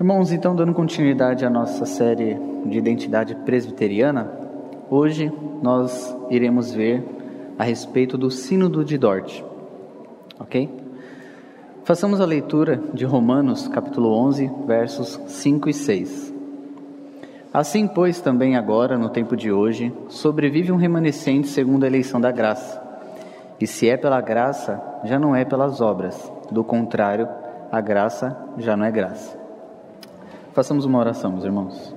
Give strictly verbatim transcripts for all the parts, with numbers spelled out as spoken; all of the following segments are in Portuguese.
Irmãos, então, dando continuidade à nossa série de identidade presbiteriana, hoje nós iremos ver a respeito do Sínodo de Dort, ok? Façamos a leitura de Romanos, capítulo onze, versos cinco e seis. Assim, pois, também agora, no tempo de hoje, sobrevive um remanescente segundo a eleição da graça. E se é pela graça, já não é pelas obras. Do contrário, a graça já não é graça. Façamos uma oração, meus irmãos.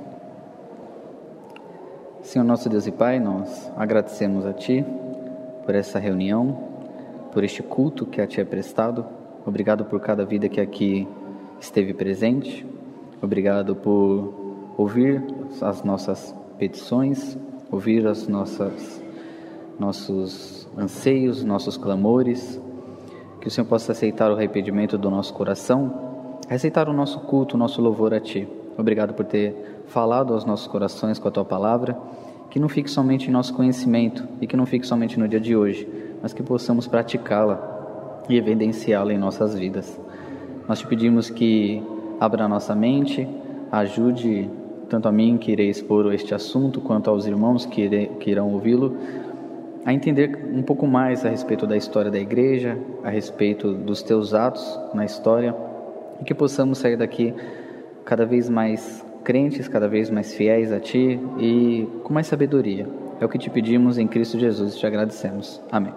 Senhor nosso Deus e Pai, nós agradecemos a Ti por essa reunião, por este culto que a Ti é prestado. Obrigado por cada vida que aqui esteve presente. Obrigado por ouvir as nossas petições, ouvir as nossas, nossos anseios, nossos clamores. Que o Senhor possa aceitar o arrependimento do nosso coração, aceitar o nosso culto, o nosso louvor a Ti. Obrigado por ter falado aos nossos corações com a Tua palavra, que não fique somente em nosso conhecimento e que não fique somente no dia de hoje, mas que possamos praticá-la e evidenciá-la em nossas vidas. Nós Te pedimos que abra a nossa mente, ajude tanto a mim que irei expor este assunto, quanto aos irmãos que, irei, que irão ouvi-lo, a entender um pouco mais a respeito da história da igreja, a respeito dos Teus atos na história, e que possamos sair daqui cada vez mais crentes, cada vez mais fiéis a Ti e com mais sabedoria. É o que Te pedimos em Cristo Jesus e Te agradecemos. Amém.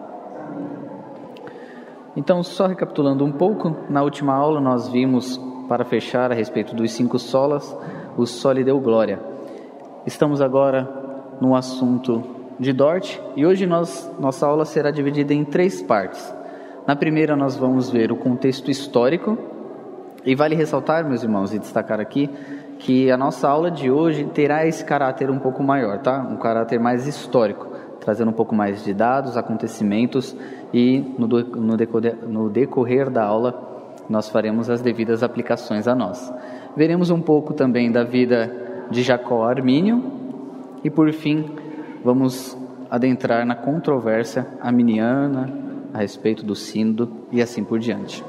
Então, só recapitulando um pouco, na última aula nós vimos, para fechar a respeito dos cinco solas, o Soli Deo Gloria. Estamos agora no assunto de Dort e hoje nós, nossa aula será dividida em três partes. Na primeira nós vamos ver o contexto histórico. E vale ressaltar, meus irmãos, e destacar aqui, que a nossa aula de hoje terá esse caráter um pouco maior, tá? Um caráter mais histórico, trazendo um pouco mais de dados, acontecimentos, e no, no, decorrer, no decorrer da aula nós faremos as devidas aplicações a nós. Veremos um pouco também da vida de Jacó Armínio, e por fim vamos adentrar na controvérsia arminiana a respeito do sínodo e assim por diante.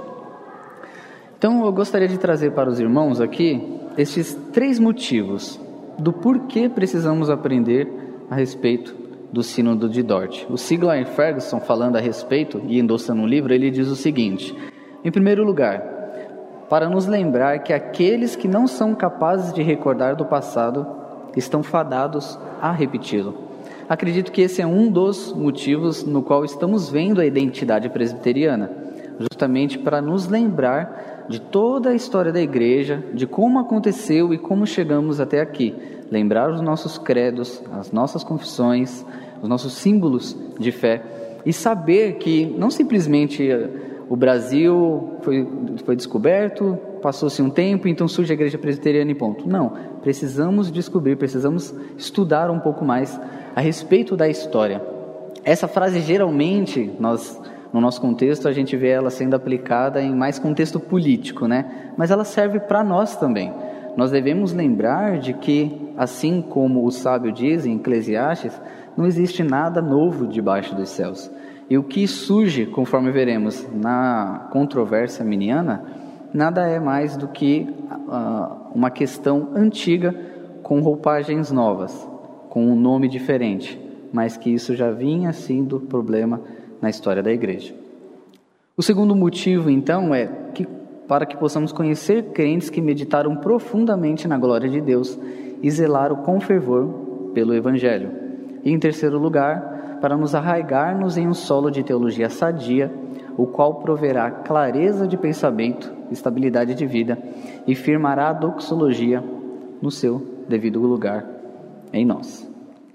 Então eu gostaria de trazer para os irmãos aqui estes três motivos do porquê precisamos aprender a respeito do Sínodo de Dort. O Sinclair Ferguson, falando a respeito e endossando um livro, ele diz o seguinte: em primeiro lugar, para nos lembrar que aqueles que não são capazes de recordar do passado estão fadados a repeti-lo. Acredito que esse é um dos motivos no qual estamos vendo a identidade presbiteriana, justamente para nos lembrar de toda a história da igreja, de como aconteceu e como chegamos até aqui. Lembrar os nossos credos, as nossas confissões, os nossos símbolos de fé e saber que não simplesmente o Brasil foi, foi descoberto, passou-se um tempo, então surge a igreja presbiteriana e ponto. Não, precisamos descobrir, precisamos estudar um pouco mais a respeito da história. Essa frase geralmente nós... No nosso contexto, a gente vê ela sendo aplicada em mais contexto político, né? Mas ela serve para nós também. Nós devemos lembrar de que, assim como o sábio diz em Eclesiastes, não existe nada novo debaixo dos céus. E o que surge, conforme veremos na controvérsia arminiana, nada é mais do que uh, uma questão antiga com roupagens novas, com um nome diferente, mas que isso já vinha sendo problema na história da igreja. O segundo motivo, então, é que para que possamos conhecer crentes que meditaram profundamente na glória de Deus e zelaram com fervor pelo Evangelho. E, em terceiro lugar, para nos arraigarmos em um solo de teologia sadia, o qual proverá clareza de pensamento, estabilidade de vida e firmará a doxologia no seu devido lugar em nós.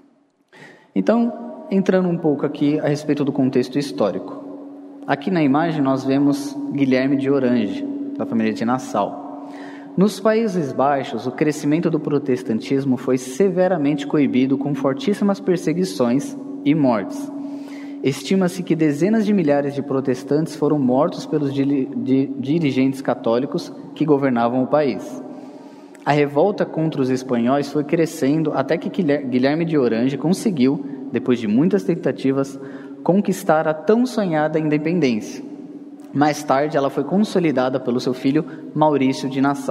Então, entrando um pouco aqui a respeito do contexto histórico. Aqui na imagem nós vemos Guilherme de Orange, da família de Nassau. Nos Países Baixos, o crescimento do protestantismo foi severamente coibido com fortíssimas perseguições e mortes. Estima-se que dezenas de milhares de protestantes foram mortos pelos dirigentes católicos que governavam o país. A revolta contra os espanhóis foi crescendo até que Guilherme de Orange conseguiu, depois de muitas tentativas, conquistar a tão sonhada independência. Mais tarde, ela foi consolidada pelo seu filho Maurício de Nassau,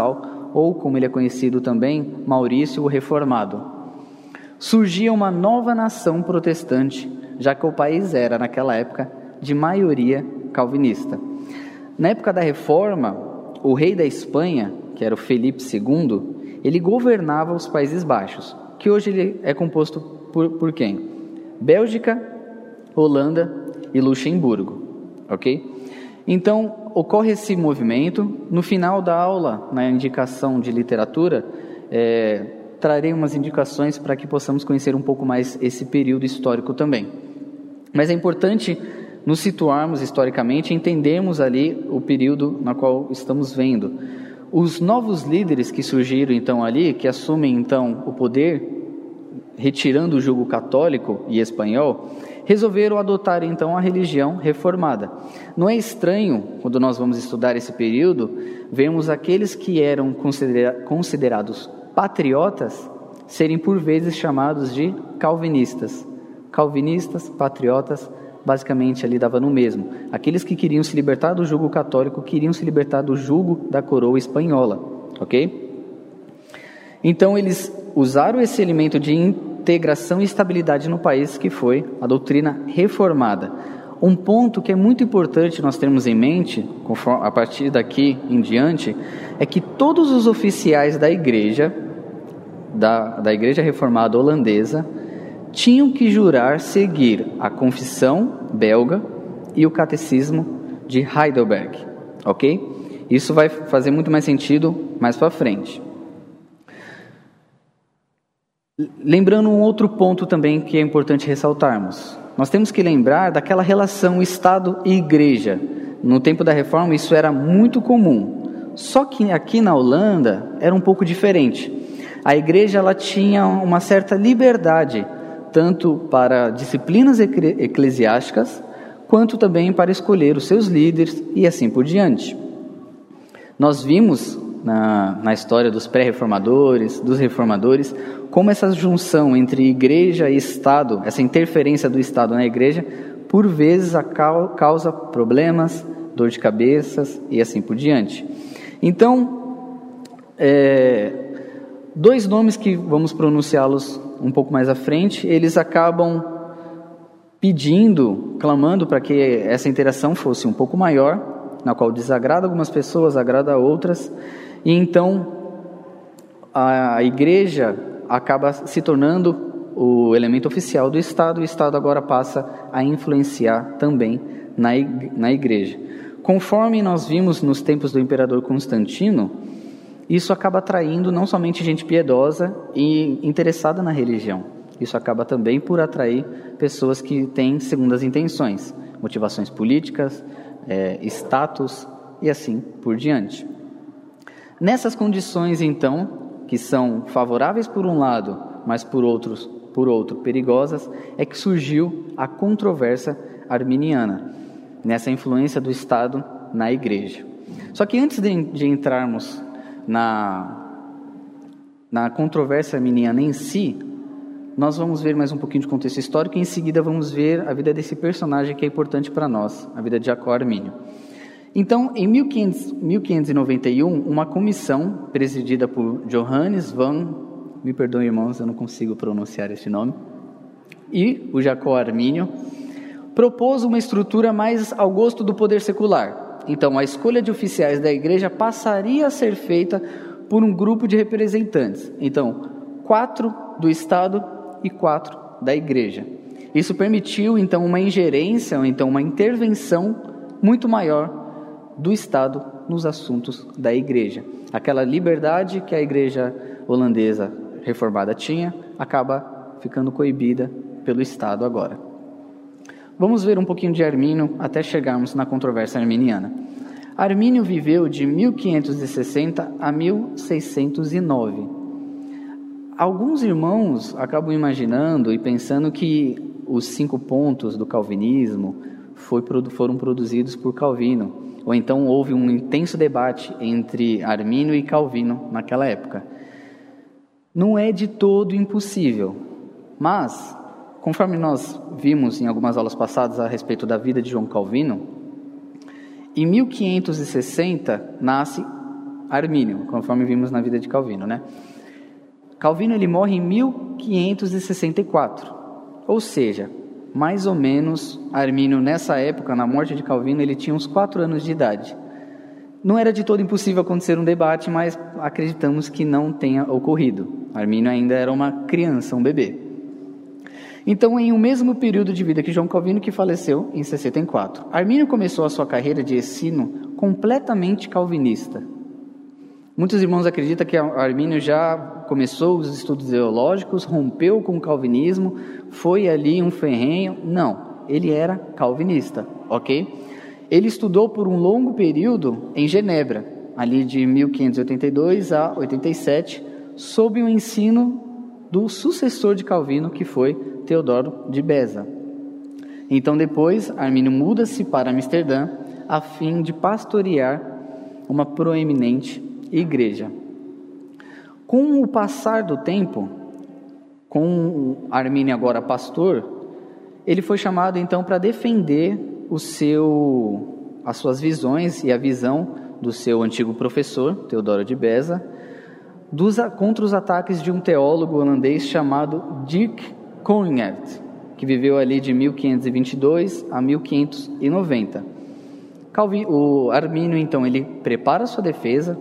ou como ele é conhecido também, Maurício o Reformado. Surgia uma nova nação protestante, já que o país era, naquela época, de maioria calvinista. Na época da Reforma, o rei da Espanha, que era o Felipe segundo, ele governava os Países Baixos, que hoje ele é composto por, por quem? Bélgica, Holanda e Luxemburgo, ok? Então, ocorre esse movimento. No final da aula, na indicação de literatura, é, trarei umas indicações para que possamos conhecer um pouco mais esse período histórico também. Mas é importante nos situarmos historicamente e entendermos ali o período na qual estamos vendo. Os novos líderes que surgiram então ali, que assumem então o poder, retirando o jugo católico e espanhol, resolveram adotar então a religião reformada. Não é estranho, quando nós vamos estudar esse período, vermos aqueles que eram considera- considerados patriotas serem por vezes chamados de calvinistas. Calvinistas, patriotas, basicamente ali dava no mesmo. Aqueles que queriam se libertar do jugo católico, queriam se libertar do jugo da coroa espanhola, ok? Então eles usaram esse elemento de integração e estabilidade no país, que foi a doutrina reformada. Um ponto que é muito importante nós termos em mente, conforme, a partir daqui em diante, é que todos os oficiais da igreja, da, da igreja reformada holandesa, tinham que jurar seguir a confissão belga e o catecismo de Heidelberg, ok? Isso vai fazer muito mais sentido mais para frente. Lembrando um outro ponto também que é importante ressaltarmos. Nós temos que lembrar daquela relação Estado e Igreja. No tempo da Reforma isso era muito comum. Só que aqui na Holanda era um pouco diferente. A Igreja ela tinha uma certa liberdade, tanto para disciplinas eclesiásticas, quanto também para escolher os seus líderes e assim por diante. Nós vimos na, na história dos pré-reformadores, dos reformadores, como essa junção entre igreja e Estado, essa interferência do Estado na igreja, por vezes a causa problemas, dor de cabeças e assim por diante. Então, é, dois nomes que vamos pronunciá-los um pouco mais à frente, eles acabam pedindo, clamando para que essa interação fosse um pouco maior, na qual desagrada algumas pessoas, agrada outras, e então a igreja acaba se tornando o elemento oficial do Estado, e o Estado agora passa a influenciar também na igreja. Conforme nós vimos nos tempos do imperador Constantino, isso acaba atraindo não somente gente piedosa e interessada na religião, isso acaba também por atrair pessoas que têm segundas intenções, motivações políticas, é, status e assim por diante. Nessas condições, então, que são favoráveis por um lado, mas por, outros, por outro perigosas, é que surgiu a controvérsia arminiana, nessa influência do Estado na igreja. Só que antes de, de entrarmos Na, na controvérsia arminiana em si, nós vamos ver mais um pouquinho de contexto histórico e em seguida vamos ver a vida desse personagem que é importante para nós, a vida de Jacó Armínio. Então, em mil quinhentos e noventa e um, uma comissão presidida por Johannes van, me perdoem irmãos, eu não consigo pronunciar este nome, e o Jacó Armínio, propôs uma estrutura mais ao gosto do poder secular. Então, a escolha de oficiais da igreja passaria a ser feita por um grupo de representantes. Então, quatro do Estado e quatro da igreja. Isso permitiu, então, uma ingerência, ou então uma intervenção muito maior do Estado nos assuntos da igreja. Aquela liberdade que a igreja holandesa reformada tinha, acaba ficando coibida pelo Estado agora. Vamos ver um pouquinho de Armínio até chegarmos na controvérsia arminiana. Armínio viveu de mil quinhentos e sessenta a mil seiscentos e nove. Alguns irmãos acabam imaginando e pensando que os cinco pontos do calvinismo foi, foram produzidos por Calvino, ou então houve um intenso debate entre Armínio e Calvino naquela época. Não é de todo impossível, mas, conforme nós vimos em algumas aulas passadas a respeito da vida de João Calvino, em mil quinhentos e sessenta nasce Armínio, conforme vimos na vida de Calvino, né? Calvino ele morre em mil quinhentos e sessenta e quatro, ou seja, mais ou menos Armínio nessa época, na morte de Calvino, ele tinha uns quatro anos de idade. Não era de todo impossível acontecer um debate, mas acreditamos que não tenha ocorrido. Armínio ainda era uma criança, um bebê. Então, em um mesmo período de vida que João Calvino, que faleceu em sessenta e quatro, Armínio começou a sua carreira de ensino completamente calvinista. Muitos irmãos acreditam que Armínio já começou os estudos teológicos, rompeu com o calvinismo, foi ali um ferrenho. Não, ele era calvinista, ok? Ele estudou por um longo período em Genebra, ali de mil quinhentos e oitenta e dois a oitenta e sete, sob o ensino do sucessor de Calvino, que foi Teodoro de Beza. Então depois, Armínio muda-se para Amsterdã, a fim de pastorear uma proeminente igreja. Com o passar do tempo, com Armínio agora pastor, ele foi chamado então para defender o seu, as suas visões e a visão do seu antigo professor, Teodoro de Beza, dos, contra os ataques de um teólogo holandês chamado Dirk Coeneert, que viveu ali de mil quinhentos e vinte e dois a mil quinhentos e noventa. Calvin, o Armínio, então, ele prepara a sua defesa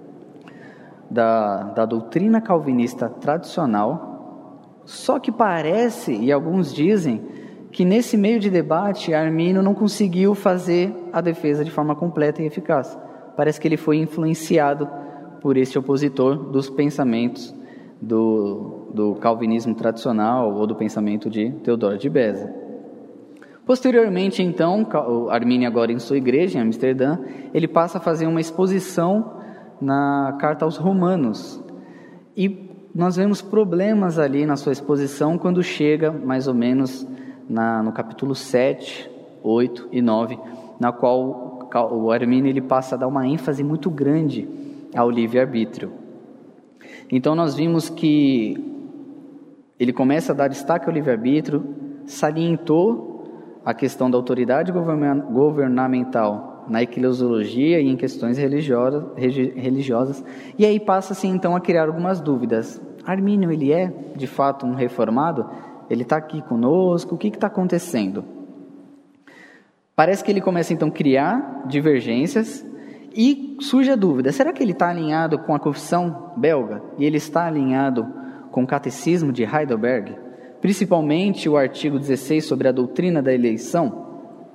da, da doutrina calvinista tradicional, só que parece, e alguns dizem, que nesse meio de debate, Armínio não conseguiu fazer a defesa de forma completa e eficaz. Parece que ele foi influenciado por esse opositor dos pensamentos do, do calvinismo tradicional ou do pensamento de Teodoro de Beza. Posteriormente, então, Armínio, agora em sua igreja, em Amsterdã, ele passa a fazer uma exposição na carta aos Romanos. E nós vemos problemas ali na sua exposição quando chega, mais ou menos, na, no capítulo sete, oito e nove, na qual o Armínio ele passa a dar uma ênfase muito grande ao livre-arbítrio. Então nós vimos que ele começa a dar destaque ao livre-arbítrio, salientou a questão da autoridade governamental na eclesiologia e em questões religiosas, religiosas e aí passa-se então a criar algumas dúvidas. Armínio, ele é de fato um reformado? Ele está aqui conosco? O que está acontecendo? Parece que ele começa então a criar divergências e surge a dúvida, será que ele está alinhado com a confissão belga? E ele está alinhado com o catecismo de Heidelberg? Principalmente o artigo dezesseis sobre a doutrina da eleição?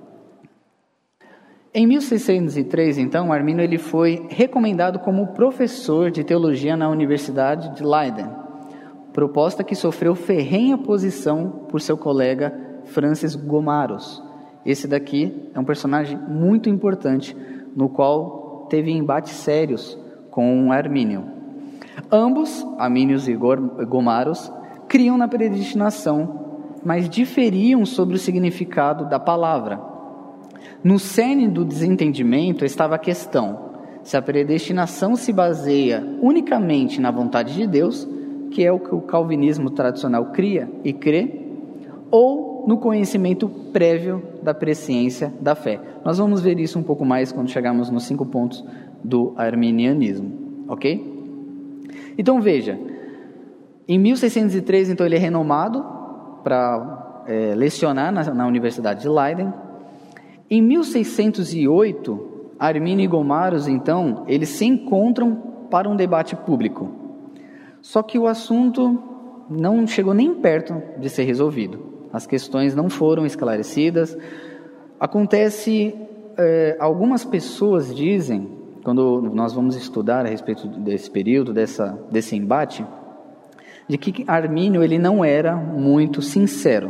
Em mil seiscentos e três, então, Armínio ele foi recomendado como professor de teologia na Universidade de Leiden, proposta que sofreu ferrenha oposição por seu colega Francis Gomarus. Esse daqui é um personagem muito importante, no qual teve embates sérios com Armínio. Ambos, Armínio e Gomarus, criam na predestinação, mas diferiam sobre o significado da palavra. No cerne do desentendimento estava a questão se a predestinação se baseia unicamente na vontade de Deus, que é o que o calvinismo tradicional cria e crê, ou no conhecimento prévio da presciência da fé. Nós vamos ver isso um pouco mais quando chegarmos nos cinco pontos do arminianismo, ok? Então veja, em mil seiscentos e três, então, ele é renomado para é, lecionar na, na Universidade de Leiden. Em mil seiscentos e oito, Armínio e Gomarus, então, eles se encontram para um debate público. Só que o assunto não chegou nem perto de ser resolvido. As questões não foram esclarecidas. Acontece, é, algumas pessoas dizem, quando nós vamos estudar a respeito desse período, dessa, desse embate, de que Armínio ele não era muito sincero.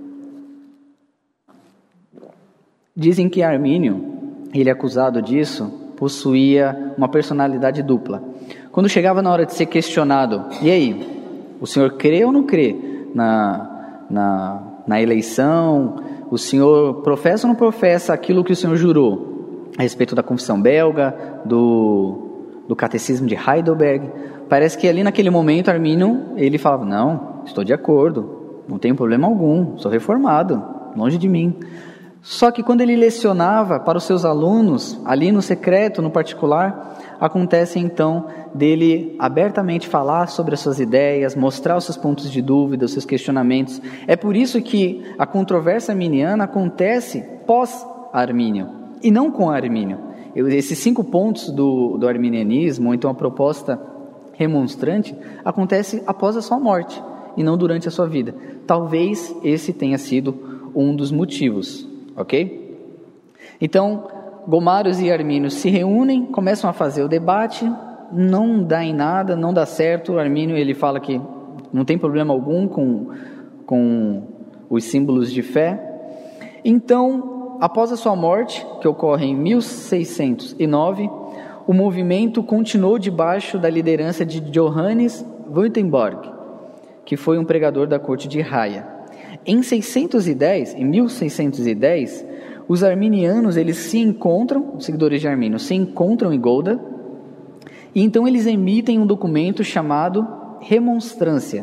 Dizem que Armínio, ele é acusado disso, possuía uma personalidade dupla. Quando chegava na hora de ser questionado, e aí, o senhor crê ou não crê na, na, na eleição? O senhor professa ou não professa aquilo que o senhor jurou a respeito da confissão belga, do, do catecismo de Heidelberg? Parece que ali naquele momento Armínio, ele falava, não, estou de acordo, não tenho problema algum, sou reformado, longe de mim. Só que quando ele lecionava para os seus alunos, ali no secreto, no particular, acontece então dele abertamente falar sobre as suas ideias, mostrar os seus pontos de dúvida, os seus questionamentos. É por isso que a controvérsia arminiana acontece pós-Armínio, e não com Armínio. Esses cinco pontos do, do arminianismo, ou então a proposta remonstrante, acontece após a sua morte, e não durante a sua vida. Talvez esse tenha sido um dos motivos. Ok? Então, Gomários e Armínio se reúnem, começam a fazer o debate, não dá em nada, não dá certo. Armínio, ele fala que não tem problema algum com, com os símbolos de fé. Então, após a sua morte, que ocorre em mil seiscentos e nove, o movimento continuou debaixo da liderança de Johannes Württemberg, que foi um pregador da corte de Haia. Em seiscentos e dez, em mil seiscentos e dez, os arminianos, eles se encontram, os seguidores de Armínio, se encontram em Golda, e então eles emitem um documento chamado Remonstrância,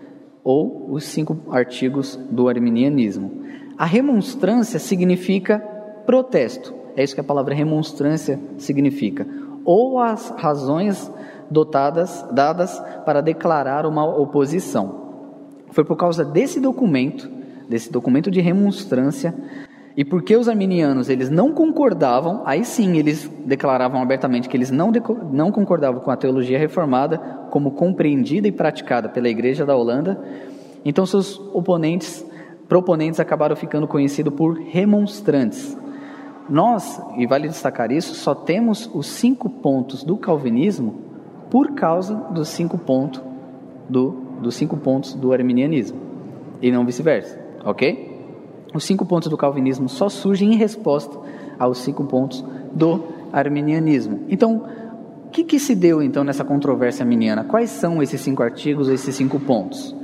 ou os cinco artigos do arminianismo. A remonstrância significa protesto, é isso que a palavra remonstrância significa, ou as razões dotadas, dadas para declarar uma oposição. Foi por causa desse documento, desse documento de remonstrância, e porque os arminianos eles não concordavam, aí sim eles declaravam abertamente que eles não, não concordavam com a teologia reformada como compreendida e praticada pela Igreja da Holanda. Então seus oponentes, proponentes acabaram ficando conhecidos por remonstrantes. Nós, e vale destacar isso, só temos os cinco pontos do calvinismo por causa dos cinco pontos do dos cinco pontos do arminianismo, e não vice-versa, ok? Os cinco pontos do calvinismo só surgem em resposta aos cinco pontos do arminianismo. Então, o que, que se deu então nessa controvérsia arminiana? Quais são esses cinco artigos, esses cinco pontos?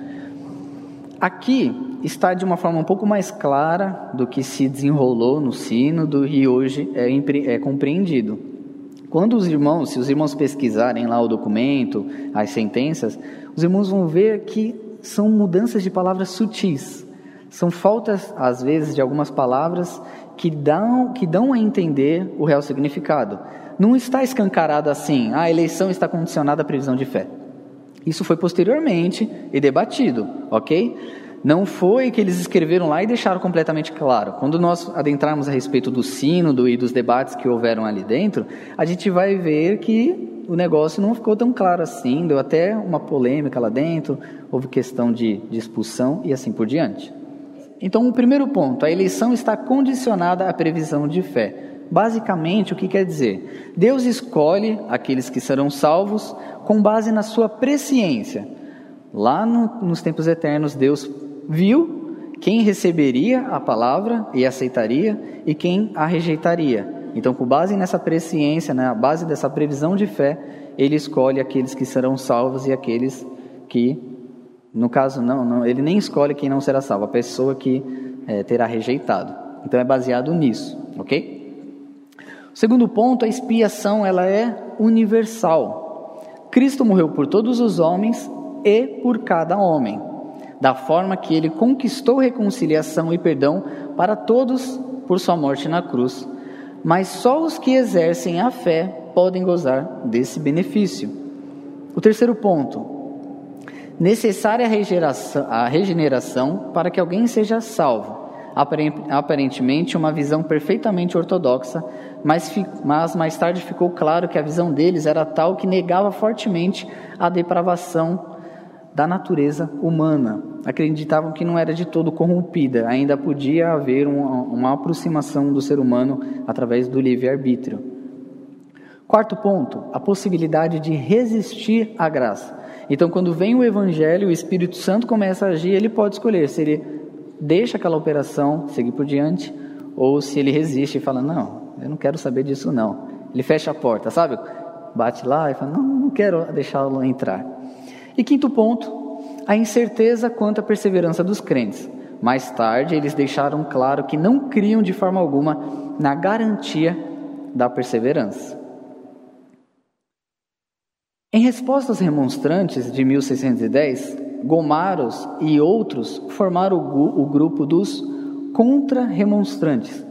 Aqui está de uma forma um pouco mais clara do que se desenrolou no sínodo e hoje é, é compreendido. Quando os irmãos, se os irmãos pesquisarem lá o documento, as sentenças, os irmãos vão ver que são mudanças de palavras sutis. São faltas, às vezes, de algumas palavras que dão, que dão a entender o real significado. Não está escancarado assim, ah, a eleição está condicionada à previsão de fé. Isso foi posteriormente e debatido, ok? Não foi que eles escreveram lá e deixaram completamente claro. Quando nós adentrarmos a respeito do sínodo e dos debates que houveram ali dentro, a gente vai ver que o negócio não ficou tão claro assim, deu até uma polêmica lá dentro, houve questão de, de expulsão e assim por diante. Então, o primeiro ponto, a eleição está condicionada à previsão de fé. Basicamente, o que quer dizer? Deus escolhe aqueles que serão salvos com base na sua presciência. Lá no, nos tempos eternos, Deus viu quem receberia a palavra e aceitaria e quem a rejeitaria. Então, com base nessa presciência, na base dessa previsão de fé, Ele escolhe aqueles que serão salvos e aqueles que, no caso, não, não Ele nem escolhe quem não será salvo, a pessoa que é, terá rejeitado. Então, é baseado nisso, ok? O segundo ponto, a expiação, ela é universal. Cristo morreu por todos os homens e por cada homem, da forma que Ele conquistou reconciliação e perdão para todos por sua morte na cruz. Mas só os que exercem a fé podem gozar desse benefício. O terceiro ponto, necessária a regeneração, a regeneração para que alguém seja salvo. Aparentemente uma visão perfeitamente ortodoxa, mas, mas mais tarde ficou claro que a visão deles era tal que negava fortemente a depravação da natureza humana. Acreditavam que não era de todo corrompida, ainda podia haver uma, uma aproximação do ser humano através do livre-arbítrio. Quarto ponto, a possibilidade de resistir à graça. Então, quando vem o Evangelho, o Espírito Santo começa a agir, ele pode escolher se ele deixa aquela operação, seguir por diante, ou se ele resiste e fala, não, eu não quero saber disso não. Ele fecha a porta, sabe? Bate lá e fala, não, não quero deixá-lo entrar. E quinto ponto, a incerteza quanto à perseverança dos crentes. Mais tarde, eles deixaram claro que não criam de forma alguma na garantia da perseverança. Em resposta aos remonstrantes de mil seiscentos e dez, Gomários e outros formaram o, o grupo dos contra-remonstrantes,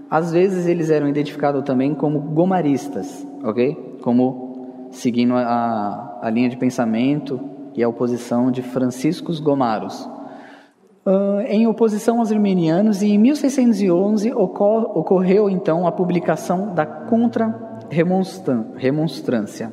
Às vezes eles eram identificados também como gomaristas, ok? Como seguindo a, a linha de pensamento e a oposição de Franciscos Gomaros. Uh, em oposição aos arminianos, e em mil seiscentos e onze ocor- ocorreu então a publicação da Contra-Remonstrância.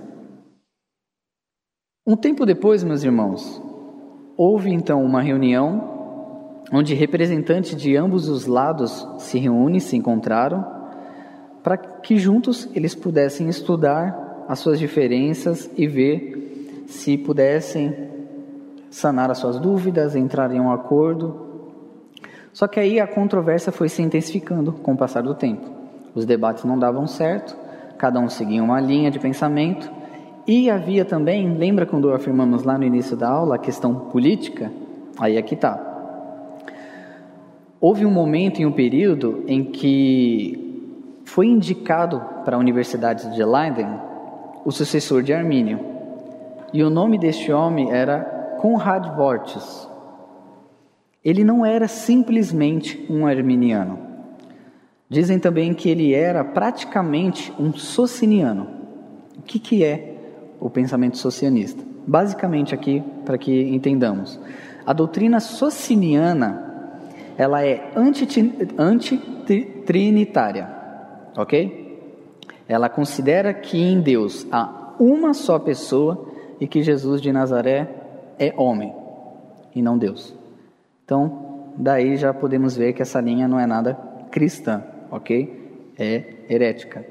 Um tempo depois, meus irmãos, houve então uma reunião onde representantes de ambos os lados se reúnem, se encontraram, para que juntos eles pudessem estudar as suas diferenças e ver se pudessem sanar as suas dúvidas, entrar em um acordo. Só que aí a controvérsia foi se intensificando com o passar do tempo. Os debates não davam certo, cada um seguia uma linha de pensamento, e havia também, lembra quando afirmamos lá no início da aula, a questão política? Aí aqui está. Houve um momento e um período em que foi indicado para a Universidade de Leiden o sucessor de Armínio. E o nome deste homem era Konrad Wortsch. Ele não era simplesmente um arminiano. Dizem também que ele era praticamente um sociniano. O que, que é o pensamento socianista? Basicamente aqui, para que entendamos, a doutrina sociniana ela é antitrinitária, ok? Ela considera que em Deus há uma só pessoa e que Jesus de Nazaré é homem e não Deus. Então, daí já podemos ver que essa linha não é nada cristã, ok? É herética.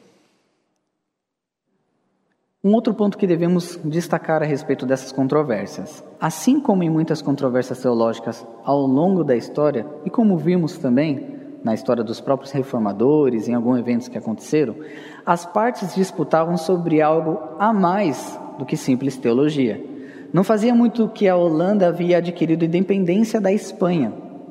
Um outro ponto que devemos destacar a respeito dessas controvérsias. Assim como em muitas controvérsias teológicas ao longo da história, e como vimos também na história dos próprios reformadores, em alguns eventos que aconteceram, as partes disputavam sobre algo a mais do que simples teologia. Não fazia muito que a Holanda havia adquirido independência da Espanha.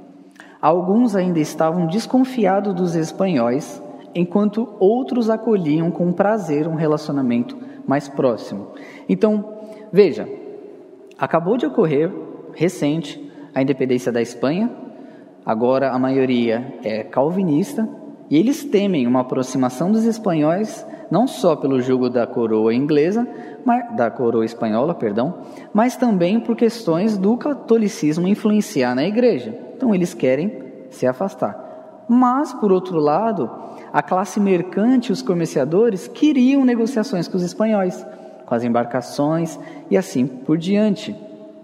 Alguns ainda estavam desconfiados dos espanhóis, enquanto outros acolhiam com prazer um relacionamento mais próximo. Então, veja, acabou de ocorrer, recente, a independência da Espanha. Agora a maioria é calvinista, e eles temem uma aproximação dos espanhóis, não só pelo jugo da coroa inglesa, mas, da coroa espanhola, perdão, mas também por questões do catolicismo influenciar na igreja. Então eles querem se afastar. Mas, por outro lado, a classe mercante e os comerciadores queriam negociações com os espanhóis, com as embarcações e assim por diante.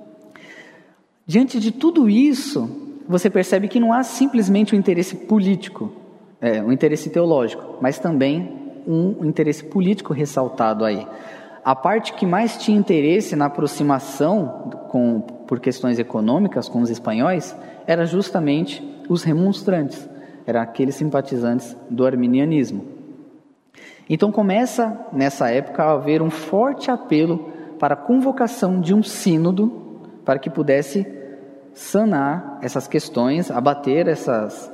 Diante de tudo isso, você percebe que não há simplesmente um interesse político, é, um interesse teológico, mas também um interesse político ressaltado aí. A parte que mais tinha interesse na aproximação com, por questões econômicas com os espanhóis era justamente os remonstrantes. Eram aqueles simpatizantes do arminianismo. Então começa, nessa época, a haver um forte apelo para a convocação de um sínodo para que pudesse sanar essas questões, abater essas,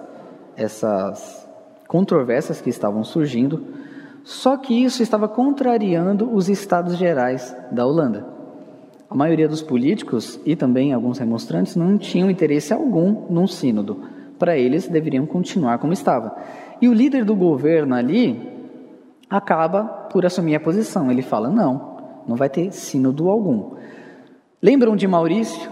essas controvérsias que estavam surgindo. Só que isso estava contrariando os estados gerais da Holanda. A maioria dos políticos e também alguns remonstrantes não tinham interesse algum num sínodo. Para eles, deveriam continuar como estava. E o líder do governo ali acaba por assumir a posição. Ele fala, não, não vai ter sínodo algum. Lembram de Maurício,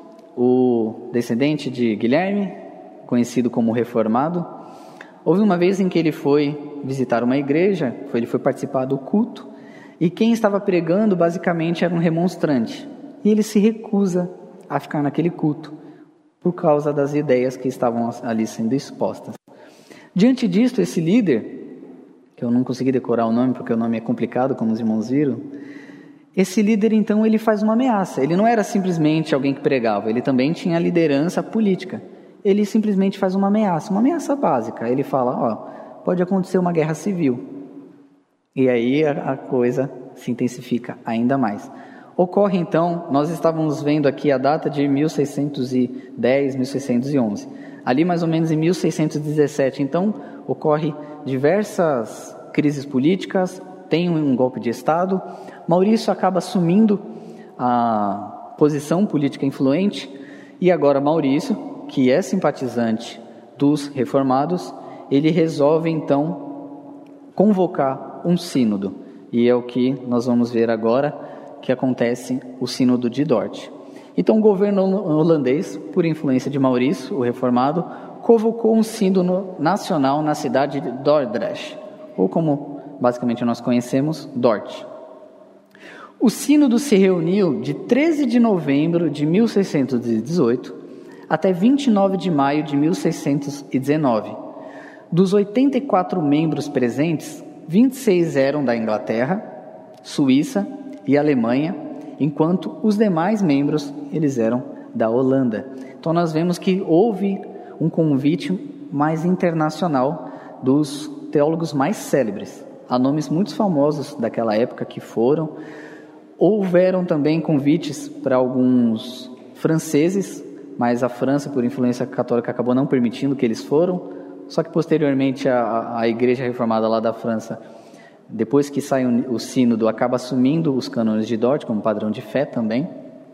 o descendente de Guilherme, conhecido como Reformado? Houve uma vez em que ele foi visitar uma igreja, ele foi participar do culto, e quem estava pregando basicamente era um remonstrante. E ele se recusa a ficar naquele culto, por causa das ideias que estavam ali sendo expostas. Diante disto, esse líder, que eu não consegui decorar o nome, porque o nome é complicado, como os irmãos viram, esse líder, então, ele faz uma ameaça. Ele não era simplesmente alguém que pregava, ele também tinha liderança política. Ele simplesmente faz uma ameaça, uma ameaça básica. Ele fala, ó, pode acontecer uma guerra civil. E aí a, a coisa se intensifica ainda mais. Ocorre então, nós estávamos vendo aqui a data de mil seiscentos e dez, mil seiscentos e onze. Ali mais ou menos em mil seiscentos e dezessete, então, ocorre diversas crises políticas, tem um golpe de Estado. Maurício acaba assumindo a posição política influente, e agora Maurício, que é simpatizante dos reformados, ele resolve então convocar um sínodo. E é o que nós vamos ver agora, que acontece o sínodo de Dort. Então o governo holandês, por influência de Maurício, o reformado, convocou um sínodo nacional na cidade de Dordrecht, ou como basicamente nós conhecemos, Dort. O sínodo se reuniu de treze de novembro de mil seiscentos e dezoito até vinte e nove de maio de mil seiscentos e dezenove. Dos oitenta e quatro membros presentes, vinte e seis eram da Inglaterra, Suíça e Alemanha, enquanto os demais membros eles eram da Holanda. Então nós vemos que houve um convite mais internacional dos teólogos mais célebres. Há nomes muito famosos daquela época que foram. Houveram também convites para alguns franceses, mas a França, por influência católica, acabou não permitindo que eles foram. Só que posteriormente a, a Igreja Reformada lá da França, depois que sai o, o sínodo, acaba assumindo os cânones de Dort como padrão de fé também.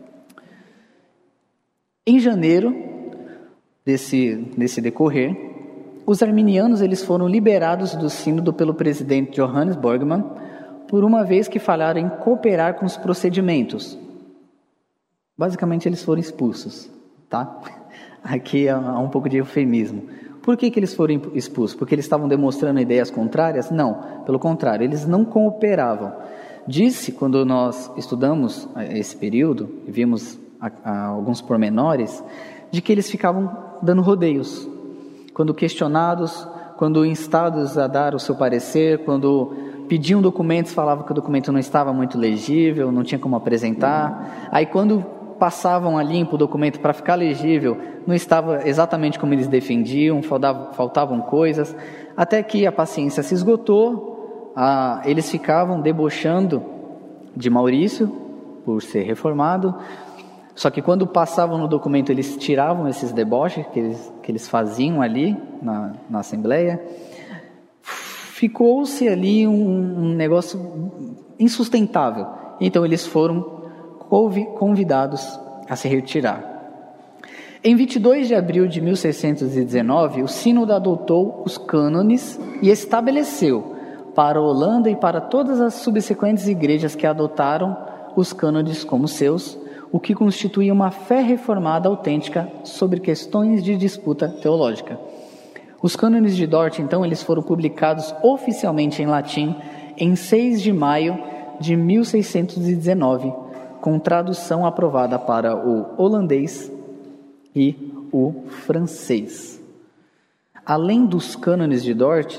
Em janeiro desse, desse decorrer, os arminianos eles foram liberados do sínodo pelo presidente Johannes Borgmann, por uma vez que falharam em cooperar com os procedimentos. Basicamente eles foram expulsos, tá? Aqui há um pouco de eufemismo. Por que que eles foram expulsos? Porque eles estavam demonstrando ideias contrárias? Não, pelo contrário, eles não cooperavam. Disse, quando nós estudamos esse período, e vimos a, a, alguns pormenores, de que eles ficavam dando rodeios. Quando questionados, quando instados a dar o seu parecer, quando pediam documentos, falavam que o documento não estava muito legível, não tinha como apresentar. Aí quando passavam a limpo o documento para ficar legível, não estava exatamente como eles defendiam, faltavam, faltavam coisas, até que a paciência se esgotou, ah, eles ficavam debochando de Maurício, por ser reformado, só que quando passavam no documento, eles tiravam esses deboches que eles, que eles faziam ali na, na Assembleia. Ficou-se ali um, um negócio insustentável, então eles foram convidados a se retirar. Em vinte e dois de abril de mil seiscentos e dezenove, o sínodo adotou os cânones e estabeleceu para a Holanda e para todas as subsequentes igrejas que adotaram os cânones como seus, o que constituía uma fé reformada autêntica sobre questões de disputa teológica. Os cânones de Dort, então, eles foram publicados oficialmente em latim em seis de maio de mil seiscentos e dezenove, com tradução aprovada para o holandês e o francês. Além dos cânones de Dort,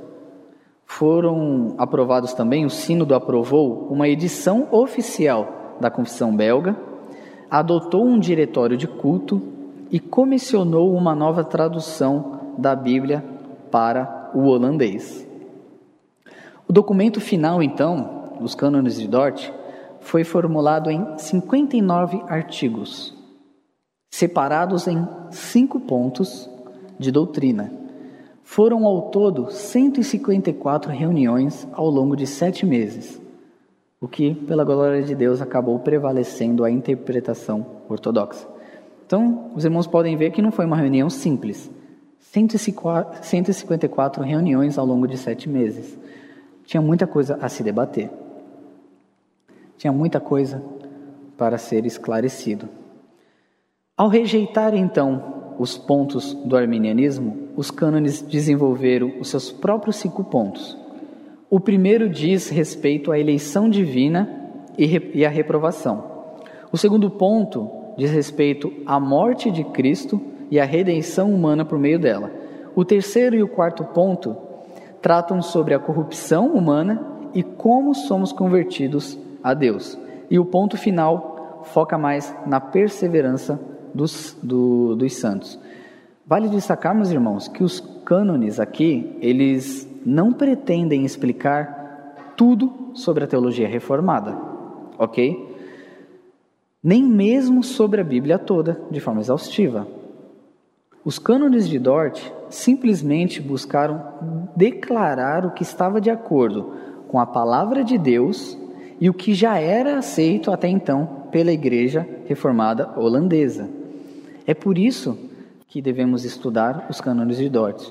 foram aprovados também, o sínodo aprovou uma edição oficial da Confissão Belga, adotou um diretório de culto e comissionou uma nova tradução da Bíblia para o holandês. O documento final, então, dos cânones de Dort, foi formulado em cinquenta e nove artigos, separados em cinco pontos de doutrina. Foram ao todo cento e cinquenta e quatro reuniões ao longo de sete meses, o que, pela glória de Deus, acabou prevalecendo a interpretação ortodoxa. Então, os irmãos podem ver que não foi uma reunião simples. cento e cinquenta e quatro reuniões ao longo de sete meses. Tinha muita coisa a se debater. Tinha muita coisa para ser esclarecido. Ao rejeitar, então, os pontos do arminianismo, os cânones desenvolveram os seus próprios cinco pontos. O primeiro diz respeito à eleição divina e à reprovação. O segundo ponto diz respeito à morte de Cristo e à redenção humana por meio dela. O terceiro e o quarto ponto tratam sobre a corrupção humana e como somos convertidos a Deus. E o ponto final foca mais na perseverança dos, do, dos santos. Vale destacar, meus irmãos, que os cânones aqui, eles não pretendem explicar tudo sobre a teologia reformada, ok? Nem mesmo sobre a Bíblia toda, de forma exaustiva. Os cânones de Dort simplesmente buscaram declarar o que estava de acordo com a palavra de Deus e o que já era aceito até então pela Igreja Reformada Holandesa. É por isso que devemos estudar os cânones de Dort.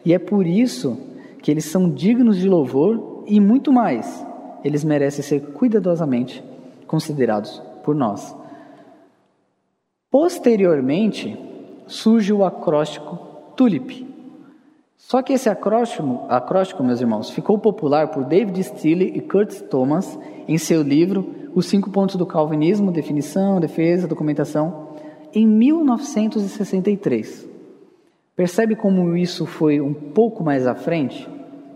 E é por isso que eles são dignos de louvor e muito mais, eles merecem ser cuidadosamente considerados por nós. Posteriormente, surge o acróstico TULIP. Só que esse acróstico, acróstico, meus irmãos, ficou popular por David Steele e Curtis Thomas em seu livro Os Cinco Pontos do Calvinismo, Definição, Defesa, Documentação, em mil novecentos e sessenta e três. Percebe como isso foi um pouco mais à frente?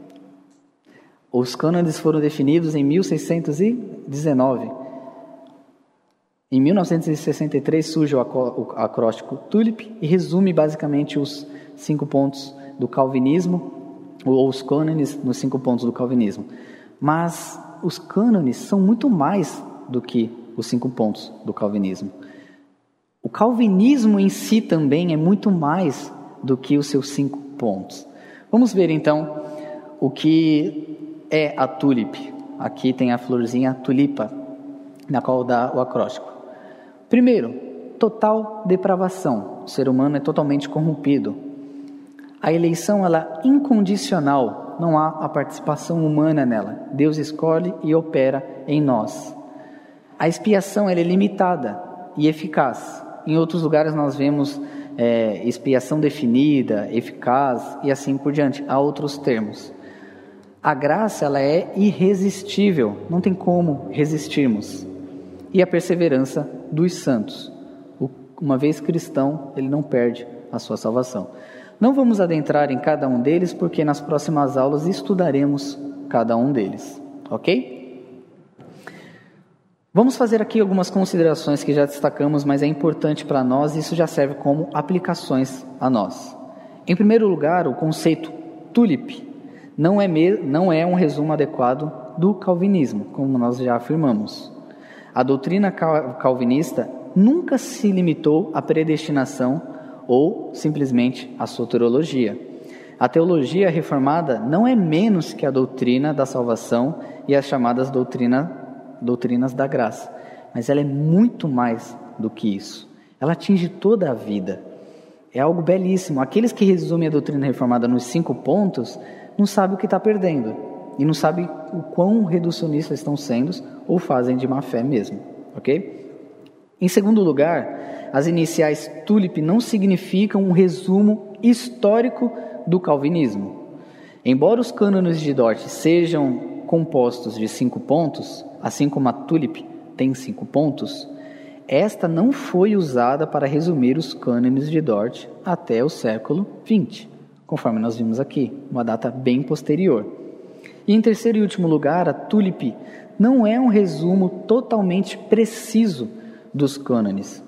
Os cânones foram definidos em mil seiscentos e dezenove. Em mil novecentos e sessenta e três surge o acróstico TULIP e resume basicamente os cinco pontos do calvinismo, ou os cânones nos cinco pontos do calvinismo. Mas os cânones são muito mais do que os cinco pontos do calvinismo. O calvinismo em si também é muito mais do que os seus cinco pontos. Vamos ver então o que é a TULIP. Aqui tem a florzinha tulipa, na qual dá o acróstico. Primeiro, total depravação. O ser humano é totalmente corrompido. A eleição ela é incondicional, não há a participação humana nela. Deus escolhe e opera em nós. A expiação ela é limitada e eficaz. Em outros lugares nós vemos é, expiação definida, eficaz e assim por diante. Há outros termos. A graça ela é irresistível, não tem como resistirmos. E a perseverança dos santos. O, uma vez cristão, ele não perde a sua salvação. Não vamos adentrar em cada um deles, porque nas próximas aulas estudaremos cada um deles, ok? Vamos fazer aqui algumas considerações que já destacamos, mas é importante para nós e isso já serve como aplicações a nós. Em primeiro lugar, o conceito TULIP não é, me, não é um resumo adequado do calvinismo, como nós já afirmamos. A doutrina calvinista nunca se limitou à predestinação ou simplesmente à soteriologia. A teologia reformada não é menos que a doutrina da salvação e as chamadas doutrina, doutrinas da graça, mas ela é muito mais do que isso. Ela atinge toda a vida. É algo belíssimo. Aqueles que resumem a doutrina reformada nos cinco pontos não sabem o que está perdendo e não sabem o quão reducionistas estão sendo ou fazem de má fé mesmo, ok? Em segundo lugar, as iniciais TULIP não significam um resumo histórico do calvinismo. Embora os cânones de Dort sejam compostos de cinco pontos, assim como a TULIP tem cinco pontos, esta não foi usada para resumir os cânones de Dort até o século vinte, conforme nós vimos aqui, uma data bem posterior. E em terceiro e último lugar, a TULIP não é um resumo totalmente preciso dos cânones.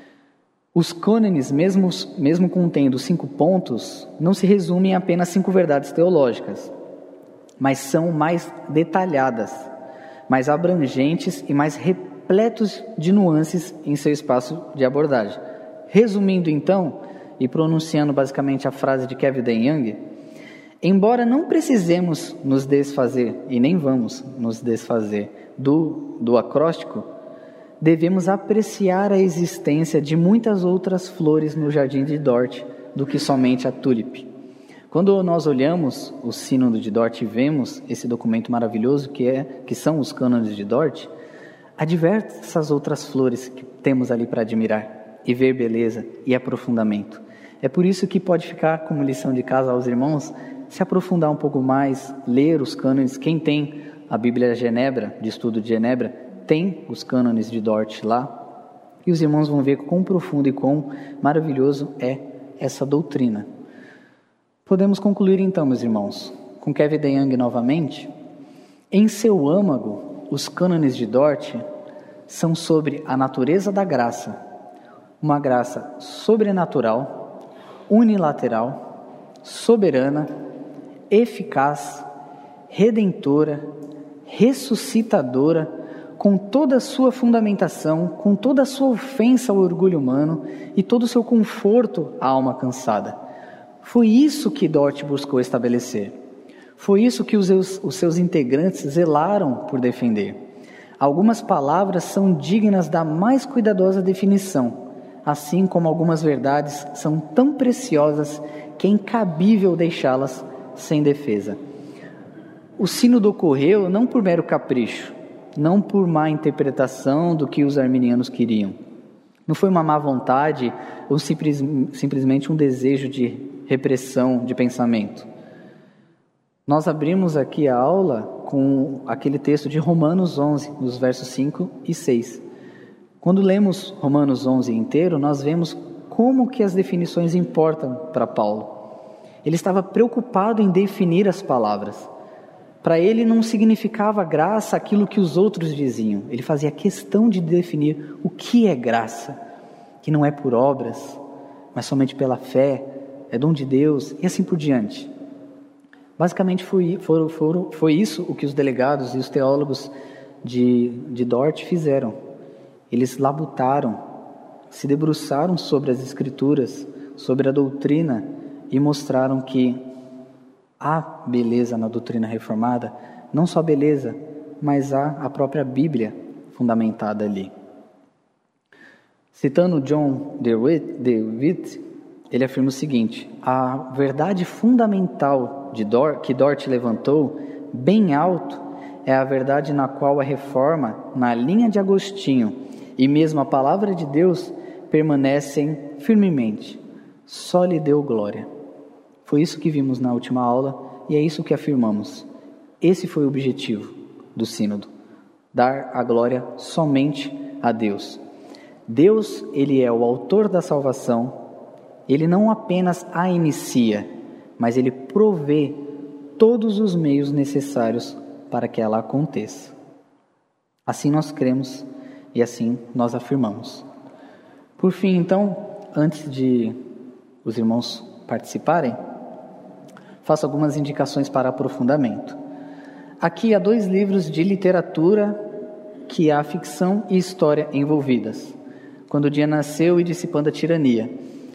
Os cânones, mesmo, mesmo contendo cinco pontos, não se resumem a apenas cinco verdades teológicas, mas são mais detalhadas, mais abrangentes e mais repletos de nuances em seu espaço de abordagem. Resumindo então, e pronunciando basicamente a frase de Kevin DeYoung, embora não precisemos nos desfazer, e nem vamos nos desfazer do, do acróstico, devemos apreciar a existência de muitas outras flores no jardim de Dort do que somente a TULIP. Quando nós olhamos o Sínodo de Dort e vemos esse documento maravilhoso que, é, que são os cânones de Dort, há diversas outras flores que temos ali para admirar e ver beleza e aprofundamento. É por isso que pode ficar como lição de casa aos irmãos, se aprofundar um pouco mais, ler os cânones. Quem tem a Bíblia de Genebra, de estudo de Genebra, tem os cânones de Dort lá, e os irmãos vão ver quão profundo e quão maravilhoso é essa doutrina. Podemos concluir então, meus irmãos, com Kevin DeYoung novamente. Em seu âmago, os cânones de Dort são sobre a natureza da graça, uma graça sobrenatural, unilateral, soberana, eficaz, redentora, ressuscitadora, com toda a sua fundamentação, com toda a sua ofensa ao orgulho humano e todo o seu conforto à alma cansada. Foi isso que Dort buscou estabelecer. Foi isso que os seus, os seus integrantes zelaram por defender. Algumas palavras são dignas da mais cuidadosa definição, assim como algumas verdades são tão preciosas que é incabível deixá-las sem defesa. O sínodo ocorreu não por mero capricho, não por má interpretação do que os arminianos queriam. Não foi uma má vontade ou simples, simplesmente um desejo de repressão de pensamento. Nós abrimos aqui a aula com aquele texto de Romanos onze, nos versos cinco e seis. Quando lemos Romanos onze inteiro, nós vemos como que as definições importam para Paulo. Ele estava preocupado em definir as palavras. Para ele não significava graça aquilo que os outros diziam. Ele fazia questão de definir o que é graça, que não é por obras, mas somente pela fé, é dom de Deus e assim por diante. Basicamente foi, foi, foi, foi isso o que os delegados e os teólogos de, de Dort fizeram. Eles labutaram, se debruçaram sobre as Escrituras, sobre a doutrina e mostraram que há beleza na doutrina reformada, não só beleza, mas há a própria Bíblia fundamentada ali. Citando John DeWitt, ele afirma o seguinte: a verdade fundamental de Dort, que Dort levantou bem alto é a verdade na qual a reforma, na linha de Agostinho e mesmo a palavra de Deus permanecem firmemente. Só lhe deu glória. Foi isso que vimos na última aula e é isso que afirmamos. Esse foi o objetivo do sínodo, dar a glória somente a Deus. Deus, Ele é o autor da salvação, Ele não apenas a inicia, mas Ele provê todos os meios necessários para que ela aconteça. Assim nós cremos e assim nós afirmamos. Por fim, então, antes de os irmãos participarem, faço algumas indicações para aprofundamento. Aqui há dois livros de literatura que há ficção e história envolvidas. Quando o dia nasceu e dissipando a tirania.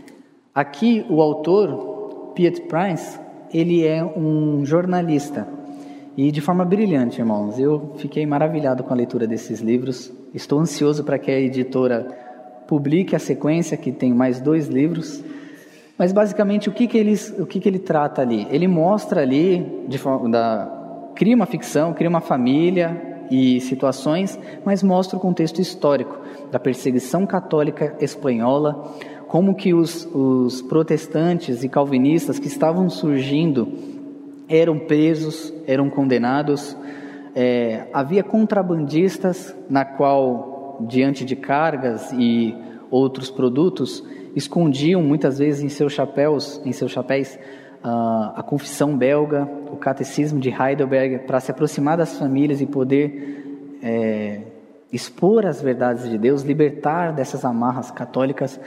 Aqui o autor, Piet Prince, ele é um jornalista. E de forma brilhante, irmãos. Eu fiquei maravilhado com a leitura desses livros. Estou ansioso para que a editora publique a sequência, que tem mais dois livros. Mas basicamente o que, que, eles, o que, que ele trata ali? Ele mostra ali, de forma, da, cria uma ficção, cria uma família e situações, mas mostra o contexto histórico da perseguição católica espanhola, como que os, os protestantes e calvinistas que estavam surgindo eram presos, eram condenados, é, havia contrabandistas na qual, diante de cargas e outros produtos, escondiam muitas vezes em seus chapéus, em seus chapéus, uh, a confissão belga, o catecismo de Heidelberg, para se aproximar das famílias e poder é, expor as verdades de Deus, libertar dessas amarras católicas.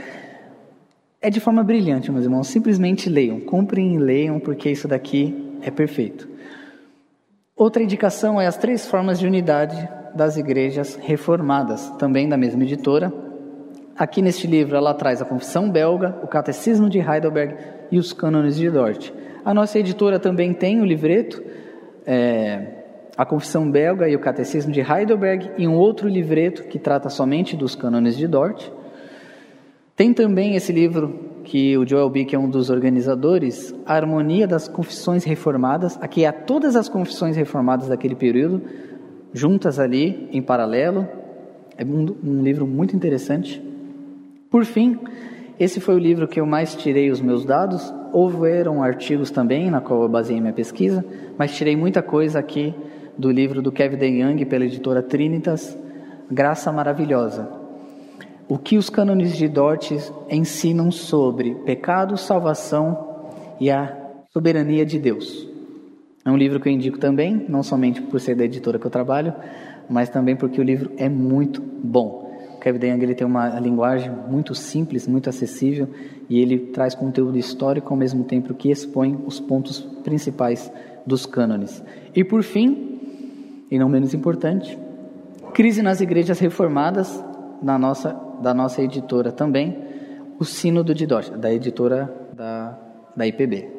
É de forma brilhante, meus irmãos. Simplesmente leiam, comprem e leiam, porque isso daqui é perfeito. Outra indicação é as três formas de unidade das igrejas reformadas, também da mesma editora. Aqui neste livro ela traz a confissão belga, o catecismo de Heidelberg e os cânones de Dort. A nossa editora também tem o livreto, é, a confissão belga e o catecismo de Heidelberg, e um outro livreto que trata somente dos cânones de Dort. Tem também esse livro que o Joel Bick é um dos organizadores, A Harmonia das Confissões Reformadas. Aqui há todas as confissões reformadas daquele período, juntas ali, em paralelo. É um, um livro muito interessante. Por fim, esse foi o livro que eu mais tirei os meus dados. Houveram artigos também, na qual eu baseei minha pesquisa, mas tirei muita coisa aqui do livro do Kevin DeYoung, pela editora Trinitas, Graça Maravilhosa. O que os cânones de Dort ensinam sobre pecado, salvação e a soberania de Deus. É um livro que eu indico também, não somente por ser da editora que eu trabalho, mas também porque o livro é muito bom. O Kevin DeYoung, ele tem uma linguagem muito simples, muito acessível, e ele traz conteúdo histórico ao mesmo tempo que expõe os pontos principais dos cânones. E por fim, e não menos importante, Crise nas Igrejas Reformadas, na nossa, da nossa editora também, o Sínodo de Dort, da editora da, da I P B.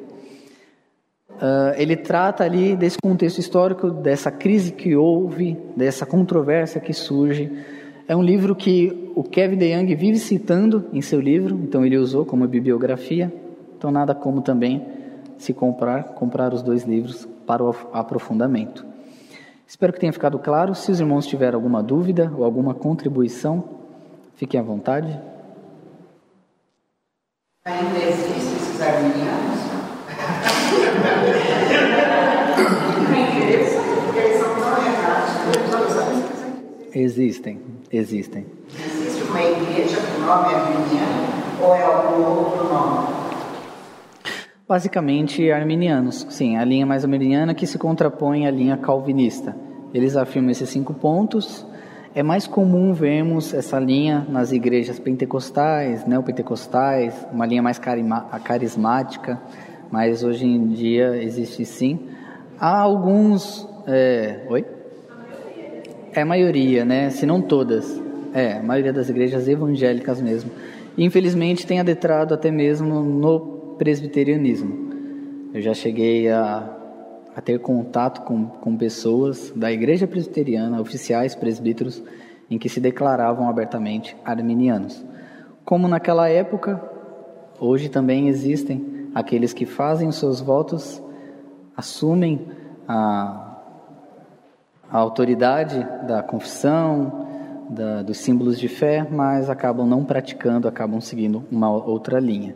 Uh, ele trata ali desse contexto histórico, dessa crise que houve, dessa controvérsia que surge É um livro que o Kevin DeYoung vive citando em seu livro, então ele usou como bibliografia. Então nada como também se comprar, comprar os dois livros para o aprofundamento. Espero que tenha ficado claro. Se os irmãos tiverem alguma dúvida ou alguma contribuição, fiquem à vontade. Ainda existem esses arminianos? Eles são tão errados. Existem, existem. Existe uma igreja com nome arminiano ou é algum outro nome? Basicamente, arminianos. Sim, a linha mais arminiana que se contrapõe à linha calvinista. Eles afirmam esses cinco pontos. É mais comum vermos essa linha nas igrejas pentecostais, neopentecostais, uma linha mais carismática, mas hoje em dia existe sim. Há alguns... É... Oi? É a maioria, né? Se não todas. É, a maioria das igrejas evangélicas mesmo. E, infelizmente, tem adentrado até mesmo no presbiterianismo. Eu já cheguei a, a ter contato com, com pessoas da igreja presbiteriana, oficiais presbíteros, em que se declaravam abertamente arminianos. Como naquela época, hoje também existem aqueles que fazem os seus votos, assumem a, a autoridade da confissão, da, dos símbolos de fé, mas acabam não praticando, acabam seguindo uma outra linha.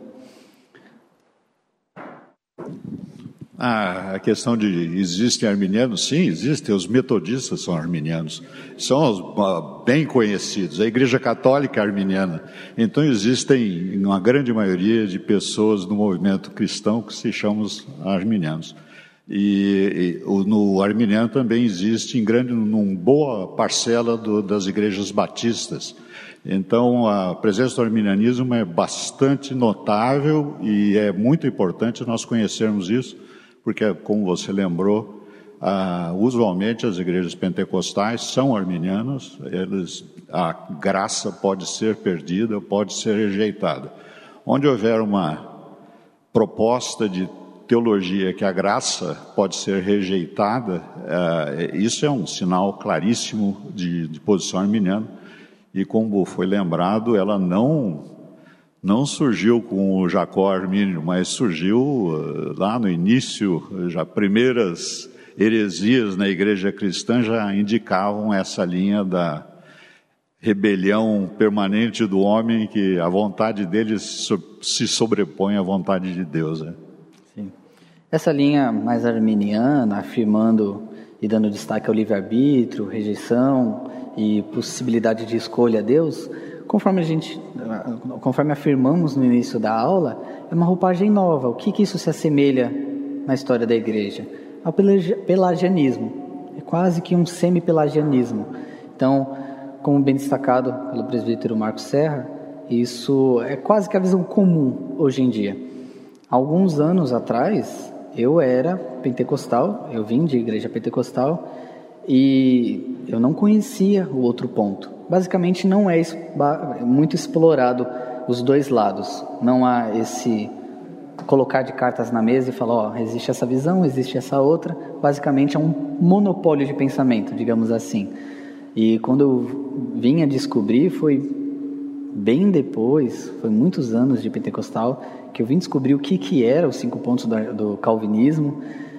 Ah, a questão de existem arminianos, sim, existem, os metodistas são arminianos, são os uh, bem conhecidos, a Igreja Católica é arminiana, então existem uma grande maioria de pessoas no movimento cristão que se chamam arminianos, e, e o, no arminiano também existe em grande, numa boa parcela do, das igrejas batistas. Então, a presença do arminianismo é bastante notável e é muito importante nós conhecermos isso, porque, como você lembrou, ah, usualmente as igrejas pentecostais são arminianas, eles, a graça pode ser perdida, pode ser rejeitada. Onde houver uma proposta de teologia que a graça pode ser rejeitada, ah, isso é um sinal claríssimo de, de posição arminiana. E como foi lembrado, ela não, não surgiu com o Jacó Armínio, mas surgiu uh, lá no início, já primeiras heresias na igreja cristã já indicavam essa linha da rebelião permanente do homem, que a vontade dele se sobrepõe à vontade de Deus. Né? Sim. Essa linha mais arminiana, afirmando e dando destaque ao livre-arbítrio, rejeição e possibilidade de escolha a Deus, conforme a gente, conforme afirmamos no início da aula, é uma roupagem nova. O que, que isso se assemelha na história da igreja? Ao pelagianismo. É quase que um semi-pelagianismo. Então, como bem destacado pelo presbítero Marcos Serra, isso é quase que a visão comum hoje em dia. Alguns anos atrás, eu era pentecostal, eu vim de igreja pentecostal, e eu não conhecia o outro ponto. Basicamente não é muito explorado os dois lados. Não há esse colocar de cartas na mesa e falar, ó, existe essa visão, existe essa outra. Basicamente é um monopólio de pensamento, digamos assim. E quando eu vim a descobrir, foi bem depois, foi muitos anos de pentecostal, que eu vim descobrir o que, que era os cinco pontos do, do calvinismo.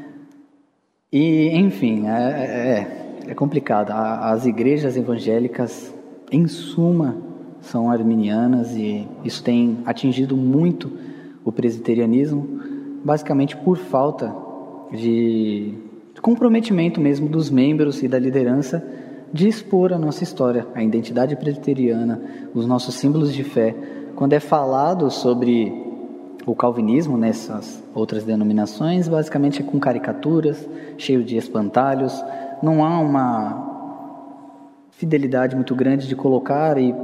E, enfim, é, é, é complicado. As igrejas evangélicas, em suma, são arminianas e isso tem atingido muito o presbiterianismo, basicamente por falta de comprometimento mesmo dos membros e da liderança de expor a nossa história, a identidade presbiteriana, os nossos símbolos de fé. Quando é falado sobre o calvinismo nessas outras denominações, basicamente é com caricaturas, cheio de espantalhos, não há uma fidelidade muito grande de colocar e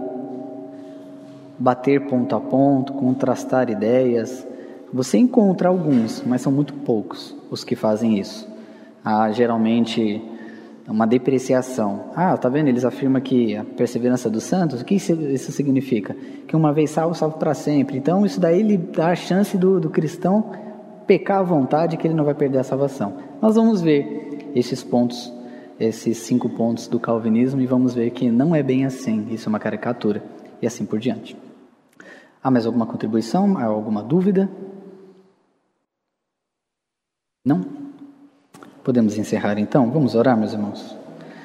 bater ponto a ponto, contrastar ideias. Você encontra alguns, mas são muito poucos os que fazem isso. Há geralmente uma depreciação. Ah, tá vendo? Eles afirmam que a perseverança dos santos, o que isso significa? Que uma vez salvo, salvo para sempre. Então isso daí lhe dá a chance do, do cristão pecar à vontade, que ele não vai perder a salvação. Nós vamos ver esses pontos esses cinco pontos do calvinismo e vamos ver que não é bem assim, isso é uma caricatura, e assim por diante. Há mais alguma contribuição? Há alguma dúvida? Não? Podemos encerrar então? Vamos orar, meus irmãos?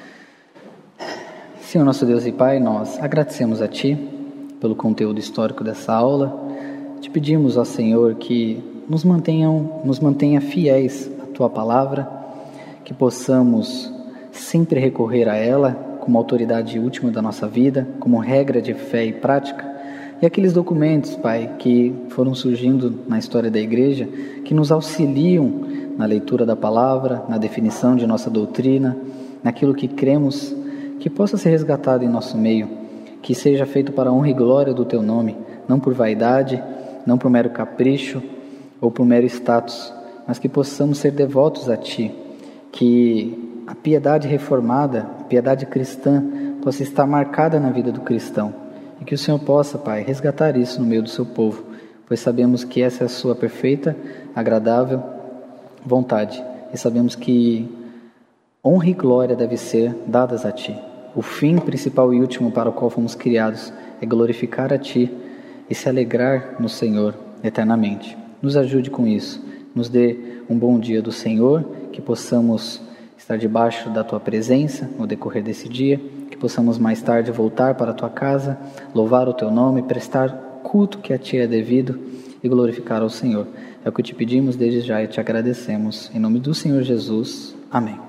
Senhor nosso Deus e Pai, nós agradecemos a Ti pelo conteúdo histórico dessa aula. Te pedimos, ó Senhor, que nos mantenham, nos mantenha fiéis à Tua palavra, que possamos sempre recorrer a ela como autoridade última da nossa vida, como regra de fé e prática. E aqueles documentos, Pai, que foram surgindo na história da Igreja, que nos auxiliam na leitura da palavra, na definição de nossa doutrina, naquilo que cremos, que possa ser resgatado em nosso meio, que seja feito para a honra e glória do Teu nome, não por vaidade, não por mero capricho ou por mero status, mas que possamos ser devotos a Ti, que a piedade reformada, a piedade cristã, possa estar marcada na vida do cristão, e que o Senhor possa, Pai, resgatar isso no meio do Seu povo, pois sabemos que essa é a Sua perfeita, agradável vontade, e sabemos que honra e glória devem ser dadas a Ti. O fim principal e último para o qual fomos criados é glorificar a Ti e se alegrar no Senhor eternamente. Nos ajude com isso, nos dê um bom dia do Senhor, que possamos estar debaixo da Tua presença no decorrer desse dia, que possamos mais tarde voltar para a Tua casa, louvar o Teu nome, prestar culto que a Ti é devido e glorificar ao Senhor. É o que Te pedimos desde já e Te agradecemos. Em nome do Senhor Jesus. Amém.